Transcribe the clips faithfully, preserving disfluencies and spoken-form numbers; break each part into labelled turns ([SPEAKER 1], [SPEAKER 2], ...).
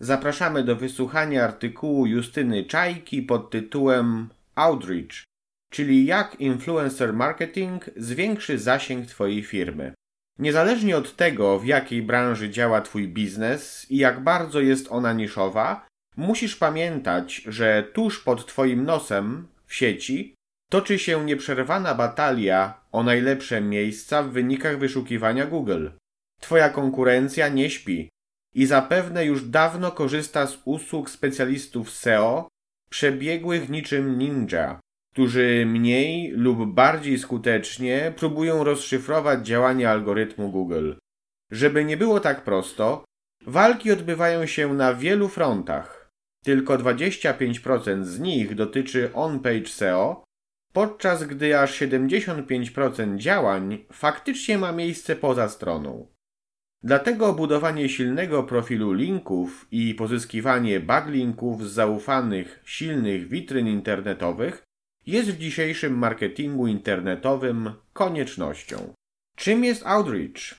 [SPEAKER 1] zapraszamy do wysłuchania artykułu Justyny Czajki pod tytułem Outreach, czyli jak influencer marketing zwiększy zasięg Twojej firmy. Niezależnie od tego, w jakiej branży działa Twój biznes i jak bardzo jest ona niszowa, musisz pamiętać, że tuż pod Twoim nosem, w sieci, toczy się nieprzerwana batalia o najlepsze miejsca w wynikach wyszukiwania Google. Twoja konkurencja nie śpi i zapewne już dawno korzysta z usług specjalistów S E O, przebiegłych niczym ninja, którzy mniej lub bardziej skutecznie próbują rozszyfrować działanie algorytmu Google. Żeby nie było tak prosto, walki odbywają się na wielu frontach. Tylko dwadzieścia pięć procent z nich dotyczy on-page S E O, podczas gdy aż siedemdziesiąt pięć procent działań faktycznie ma miejsce poza stroną. Dlatego budowanie silnego profilu linków i pozyskiwanie backlinków z zaufanych, silnych witryn internetowych jest w dzisiejszym marketingu internetowym koniecznością. Czym jest outreach?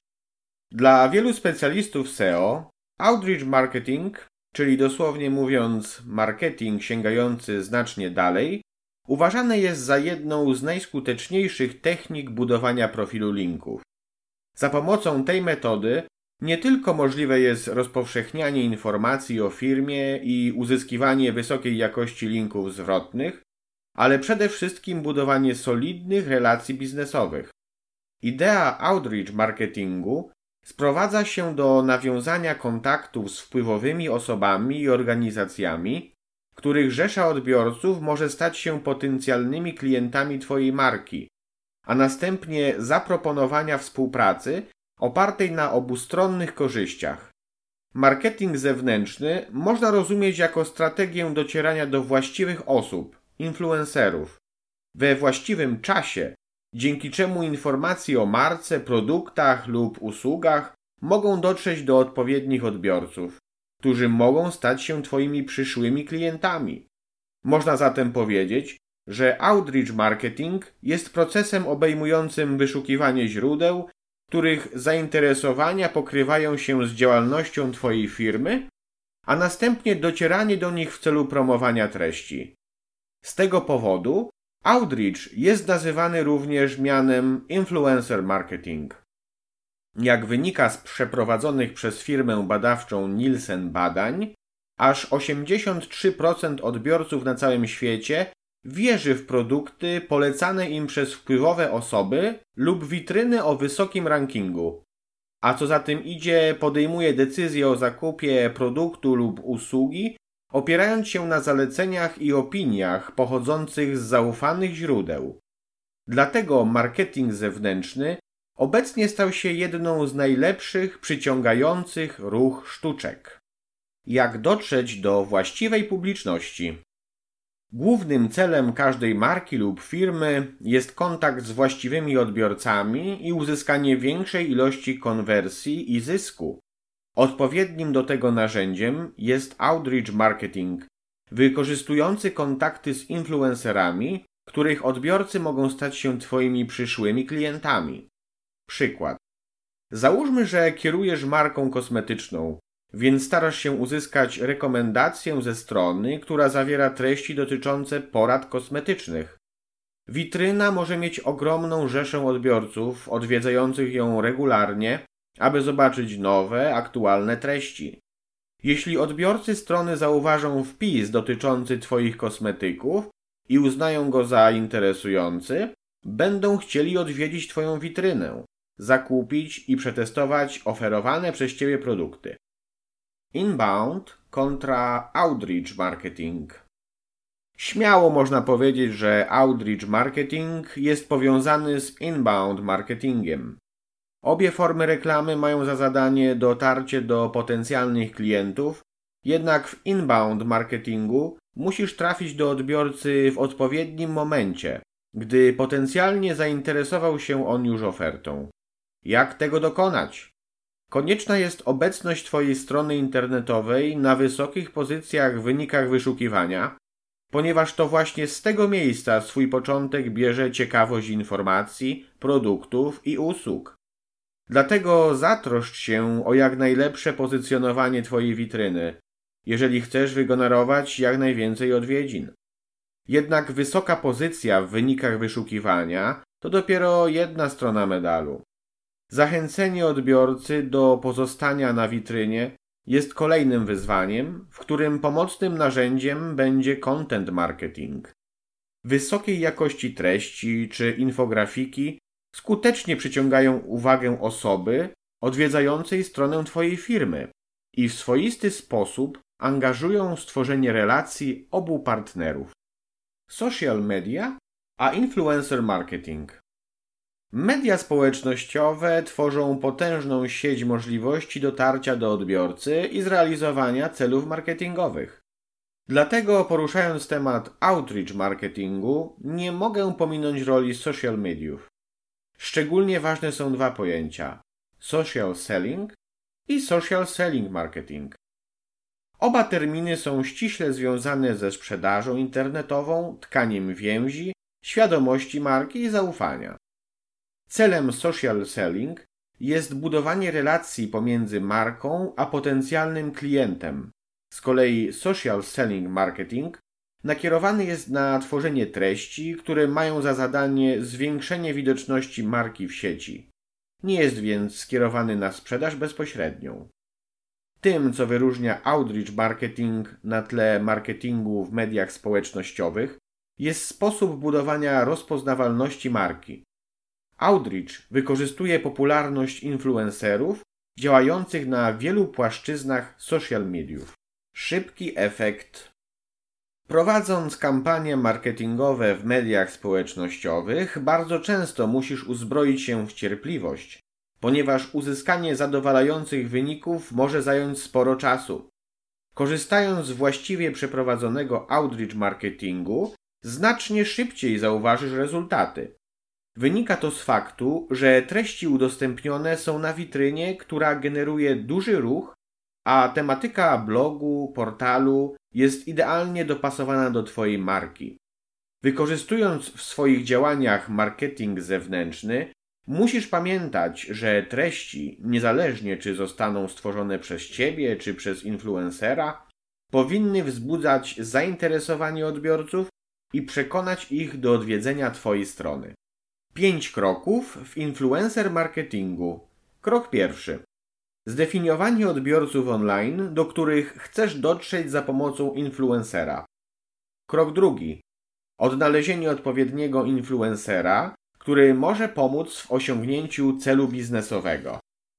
[SPEAKER 1] Dla wielu specjalistów S E O, outreach marketing, czyli dosłownie mówiąc marketing sięgający znacznie dalej, uważane jest za jedną z najskuteczniejszych technik budowania profilu linków. Za pomocą tej metody nie tylko możliwe jest rozpowszechnianie informacji o firmie i uzyskiwanie wysokiej jakości linków zwrotnych, ale przede wszystkim budowanie solidnych relacji biznesowych. Idea outreach marketingu sprowadza się do nawiązania kontaktów z wpływowymi osobami i organizacjami, których rzesza odbiorców może stać się potencjalnymi klientami Twojej marki, a następnie zaproponowania współpracy opartej na obustronnych korzyściach. Marketing zewnętrzny można rozumieć jako strategię docierania do właściwych osób, influencerów, we właściwym czasie, dzięki czemu informacje o marce, produktach lub usługach mogą dotrzeć do odpowiednich odbiorców, którzy mogą stać się Twoimi przyszłymi klientami. Można zatem powiedzieć, że outreach marketing jest procesem obejmującym wyszukiwanie źródeł, których zainteresowania pokrywają się z działalnością Twojej firmy, a następnie docieranie do nich w celu promowania treści. Z tego powodu outreach jest nazywany również mianem influencer marketing. Jak wynika z przeprowadzonych przez firmę badawczą Nielsen badań, aż osiemdziesiąt trzy procent odbiorców na całym świecie wierzy w produkty polecane im przez wpływowe osoby lub witryny o wysokim rankingu, a co za tym idzie, podejmuje decyzję o zakupie produktu lub usługi, opierając się na zaleceniach i opiniach pochodzących z zaufanych źródeł. Dlatego marketing zewnętrzny obecnie stał się jedną z najlepszych przyciągających ruch sztuczek. Jak dotrzeć do właściwej publiczności? Głównym celem każdej marki lub firmy jest kontakt z właściwymi odbiorcami i uzyskanie większej ilości konwersji i zysku. Odpowiednim do tego narzędziem jest outreach marketing, wykorzystujący kontakty z influencerami, których odbiorcy mogą stać się Twoimi przyszłymi klientami. Przykład. Załóżmy, że kierujesz marką kosmetyczną, więc starasz się uzyskać rekomendację ze strony, która zawiera treści dotyczące porad kosmetycznych. Witryna może mieć ogromną rzeszę odbiorców odwiedzających ją regularnie, aby zobaczyć nowe, aktualne treści. Jeśli odbiorcy strony zauważą wpis dotyczący Twoich kosmetyków i uznają go za interesujący, będą chcieli odwiedzić Twoją witrynę, zakupić i przetestować oferowane przez Ciebie produkty. Inbound kontra outreach marketing. Śmiało można powiedzieć, że outreach marketing jest powiązany z inbound marketingiem. Obie formy reklamy mają za zadanie dotarcie do potencjalnych klientów, jednak w inbound marketingu musisz trafić do odbiorcy w odpowiednim momencie, gdy potencjalnie zainteresował się on już ofertą. Jak tego dokonać? Konieczna jest obecność Twojej strony internetowej na wysokich pozycjach w wynikach wyszukiwania, ponieważ to właśnie z tego miejsca swój początek bierze ciekawość informacji, produktów i usług. Dlatego zatroszcz się o jak najlepsze pozycjonowanie Twojej witryny. jeżeli chcesz wygenerować jak najwięcej odwiedzin. Jednak wysoka pozycja w wynikach wyszukiwania to dopiero jedna strona medalu. Zachęcenie odbiorcy do pozostania na witrynie jest kolejnym wyzwaniem, w którym pomocnym narzędziem będzie content marketing. Wysokiej jakości treści czy infografiki skutecznie przyciągają uwagę osoby odwiedzającej stronę Twojej firmy i w swoisty sposób angażują w stworzenie relacji obu partnerów. Social media a influencer marketing. Media społecznościowe tworzą potężną sieć możliwości dotarcia do odbiorcy i zrealizowania celów marketingowych. Dlatego, poruszając temat outreach marketingu, nie mogę pominąć roli social mediów. Szczególnie ważne są dwa pojęcia: social selling i social selling marketing. Oba terminy są ściśle związane ze sprzedażą internetową, tkaniem więzi, świadomości marki i zaufania. Celem social selling jest budowanie relacji pomiędzy marką a potencjalnym klientem. Z kolei social selling marketing nakierowany jest na tworzenie treści, które mają za zadanie zwiększenie widoczności marki w sieci. Nie jest więc skierowany na sprzedaż bezpośrednią. Tym, co wyróżnia outreach marketing na tle marketingu w mediach społecznościowych, jest sposób budowania rozpoznawalności marki. Outreach wykorzystuje popularność influencerów działających na wielu płaszczyznach social mediów. Szybki efekt. Prowadząc kampanie marketingowe w mediach społecznościowych, bardzo często musisz uzbroić się w cierpliwość, ponieważ uzyskanie zadowalających wyników może zająć sporo czasu. Korzystając z właściwie przeprowadzonego outreach marketingu, znacznie szybciej zauważysz rezultaty. Wynika to z faktu, że treści udostępnione są na witrynie, która generuje duży ruch, a tematyka blogu, portalu jest idealnie dopasowana do Twojej marki. Wykorzystując w swoich działaniach marketing zewnętrzny, musisz pamiętać, że treści, niezależnie czy zostaną stworzone przez Ciebie czy przez influencera, powinny wzbudzać zainteresowanie odbiorców i przekonać ich do odwiedzenia Twojej strony. Pięć kroków w influencer marketingu. Krok pierwszy. Zdefiniowanie odbiorców online, do których chcesz dotrzeć za pomocą influencera. Krok drugi. Odnalezienie odpowiedniego influencera, który może pomóc w osiągnięciu celu biznesowego.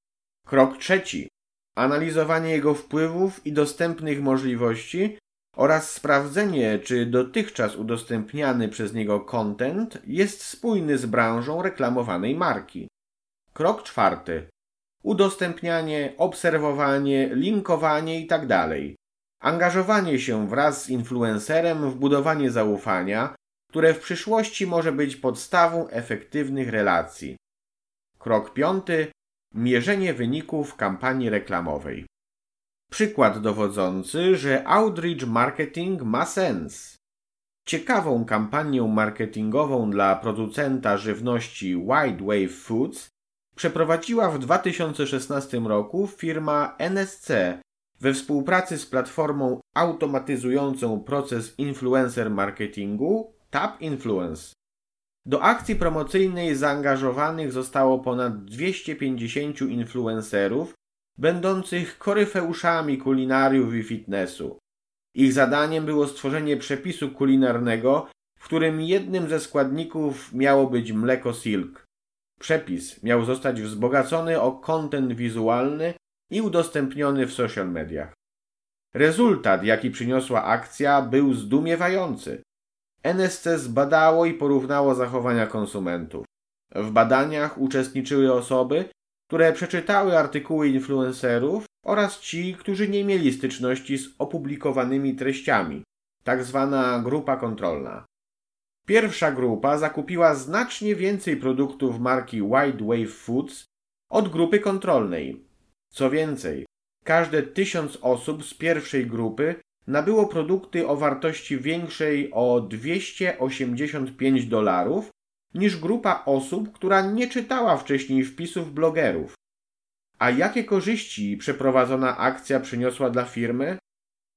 [SPEAKER 1] Krok trzeci. Analizowanie jego wpływów i dostępnych możliwości oraz sprawdzenie, czy dotychczas udostępniany przez niego content jest spójny z branżą reklamowanej marki. Krok czwarty. Udostępnianie, obserwowanie, linkowanie itd. Angażowanie się wraz z influencerem w budowanie zaufania, które w przyszłości może być podstawą efektywnych relacji. Krok piąty. Mierzenie wyników kampanii reklamowej. Przykład dowodzący, że outreach marketing ma sens. Ciekawą kampanię marketingową dla producenta żywności White Wave Foods przeprowadziła w dwa tysiące szesnastym roku firma N S C we współpracy z platformą automatyzującą proces influencer marketingu Tap Influence. Do akcji promocyjnej zaangażowanych zostało ponad dwieście pięćdziesięciu influencerów będących koryfeuszami kulinariów i fitnessu. Ich zadaniem było stworzenie przepisu kulinarnego, w którym jednym ze składników miało być mleko Silk. Przepis miał zostać wzbogacony o content wizualny i udostępniony w social mediach. Rezultat, jaki przyniosła akcja, był zdumiewający. N S C zbadało i porównało zachowania konsumentów. W badaniach uczestniczyły osoby, które przeczytały artykuły influencerów oraz ci, którzy nie mieli styczności z opublikowanymi treściami, tak zwana grupa kontrolna. Pierwsza grupa zakupiła znacznie więcej produktów marki White Wave Foods od grupy kontrolnej. Co więcej, każde tysiąc osób z pierwszej grupy nabyło produkty o wartości większej o dwieście osiemdziesiąt pięć dolarów niż grupa osób, która nie czytała wcześniej wpisów blogerów. A jakie korzyści przeprowadzona akcja przyniosła dla firmy?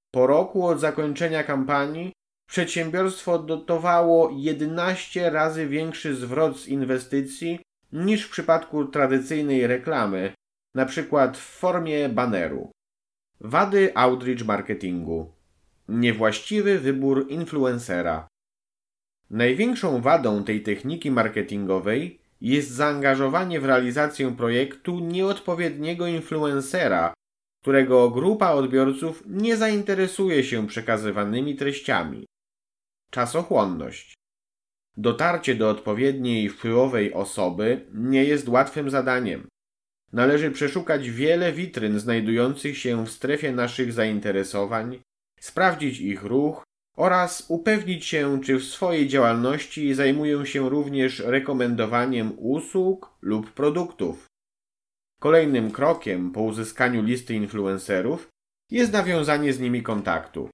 [SPEAKER 1] Po roku od zakończenia kampanii przedsiębiorstwo odnotowało jedenaście razy większy zwrot z inwestycji niż w przypadku tradycyjnej reklamy, na przykład w formie baneru. Wady outreach marketingu. Niewłaściwy wybór influencera. Największą wadą tej techniki marketingowej jest zaangażowanie w realizację projektu nieodpowiedniego influencera, którego grupa odbiorców nie zainteresuje się przekazywanymi treściami. Czasochłonność. Dotarcie do odpowiedniej wpływowej osoby nie jest łatwym zadaniem. Należy przeszukać wiele witryn znajdujących się w strefie naszych zainteresowań, sprawdzić ich ruch oraz upewnić się, czy w swojej działalności zajmują się również rekomendowaniem usług lub produktów. Kolejnym krokiem po uzyskaniu listy influencerów jest nawiązanie z nimi kontaktu.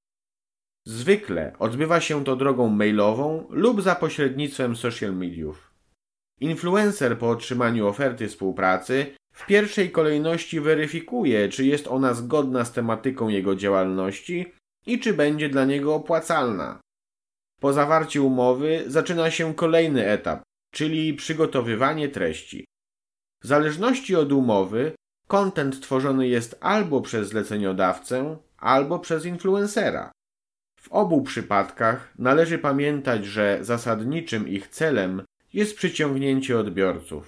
[SPEAKER 1] Zwykle odbywa się to drogą mailową lub za pośrednictwem social mediów. Influencer po otrzymaniu oferty współpracy w pierwszej kolejności weryfikuje, czy jest ona zgodna z tematyką jego działalności i czy będzie dla niego opłacalna. Po zawarciu umowy zaczyna się kolejny etap, czyli przygotowywanie treści. W zależności od umowy, content tworzony jest albo przez zleceniodawcę, albo przez influencera. W obu przypadkach należy pamiętać, że zasadniczym ich celem jest przyciągnięcie odbiorców.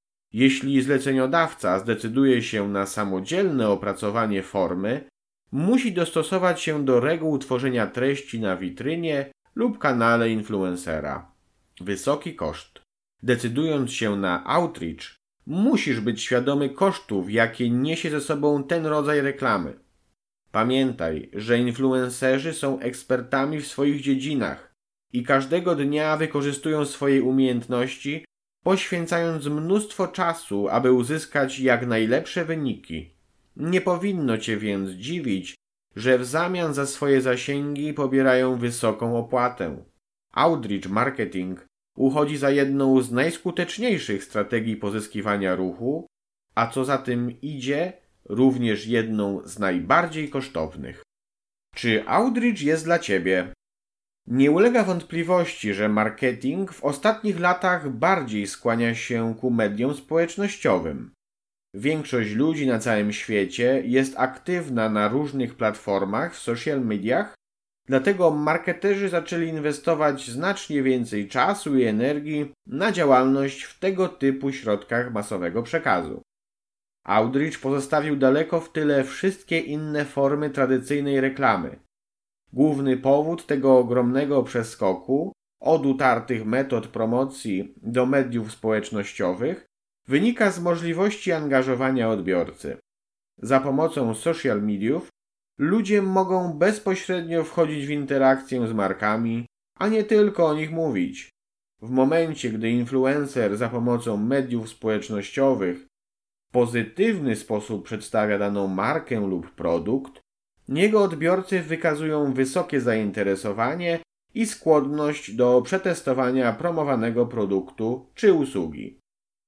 [SPEAKER 1] Jeśli zleceniodawca zdecyduje się na samodzielne opracowanie formy, musi dostosować się do reguł tworzenia treści na witrynie lub kanale influencera. Wysoki koszt. Decydując się na outreach, musisz być świadomy kosztów, jakie niesie ze sobą ten rodzaj reklamy. Pamiętaj, że influencerzy są ekspertami w swoich dziedzinach i każdego dnia wykorzystują swoje umiejętności, poświęcając mnóstwo czasu, aby uzyskać jak najlepsze wyniki. Nie powinno Cię więc dziwić, że w zamian za swoje zasięgi pobierają wysoką opłatę. Outreach marketing uchodzi za jedną z najskuteczniejszych strategii pozyskiwania ruchu, a co za tym idzie, również jedną z najbardziej kosztownych. Czy outreach jest dla Ciebie? Nie ulega wątpliwości, że marketing w ostatnich latach bardziej skłania się ku mediom społecznościowym. Większość ludzi na całym świecie jest aktywna na różnych platformach w social mediach, dlatego marketerzy zaczęli inwestować znacznie więcej czasu i energii na działalność w tego typu środkach masowego przekazu. Outreach pozostawił daleko w tyle wszystkie inne formy tradycyjnej reklamy. Główny powód tego ogromnego przeskoku, od utartych metod promocji do mediów społecznościowych, wynika z możliwości angażowania odbiorcy. Za pomocą social mediów ludzie mogą bezpośrednio wchodzić w interakcję z markami, a nie tylko o nich mówić. W momencie, gdy influencer za pomocą mediów społecznościowych w pozytywny sposób przedstawia daną markę lub produkt, jego odbiorcy wykazują wysokie zainteresowanie i skłonność do przetestowania promowanego produktu czy usługi.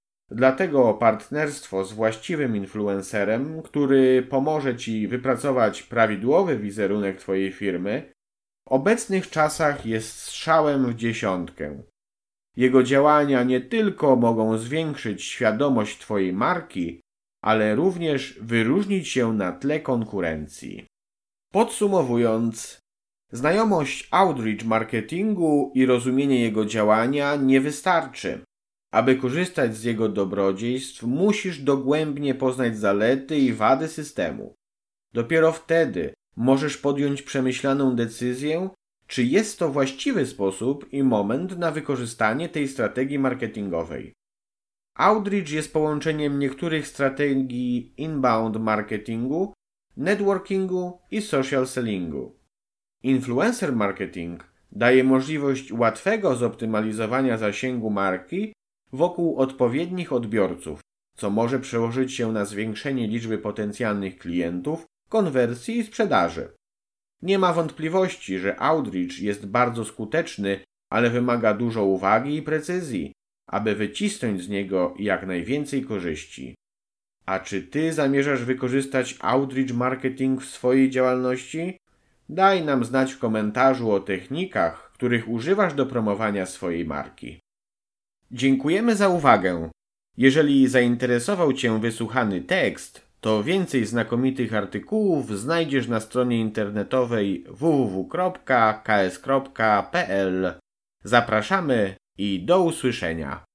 [SPEAKER 1] Dlatego partnerstwo z właściwym influencerem, który pomoże Ci wypracować prawidłowy wizerunek Twojej firmy, w obecnych czasach jest strzałem w dziesiątkę. Jego działania nie tylko mogą zwiększyć świadomość Twojej marki, ale również wyróżnić się na tle konkurencji. Podsumowując, znajomość outreach marketingu i rozumienie jego działania nie wystarczy. Aby korzystać z jego dobrodziejstw, musisz dogłębnie poznać zalety i wady systemu. Dopiero wtedy możesz podjąć przemyślaną decyzję, czy jest to właściwy sposób i moment na wykorzystanie tej strategii marketingowej. Outreach jest połączeniem niektórych strategii inbound marketingu, networkingu i social sellingu. Influencer marketing daje możliwość łatwego zoptymalizowania zasięgu marki wokół odpowiednich odbiorców, co może przełożyć się na zwiększenie liczby potencjalnych klientów, konwersji i sprzedaży. Nie ma wątpliwości, że outreach jest bardzo skuteczny, ale wymaga dużo uwagi i precyzji, aby wycisnąć z niego jak najwięcej korzyści. A czy Ty zamierzasz wykorzystać outreach marketing w swojej działalności? Daj nam znać w komentarzu o technikach, których używasz do promowania swojej marki. Dziękujemy za uwagę. Jeżeli zainteresował Cię wysłuchany tekst, to więcej znakomitych artykułów znajdziesz na stronie internetowej w w w kropka k s kropka p l. Zapraszamy i do usłyszenia.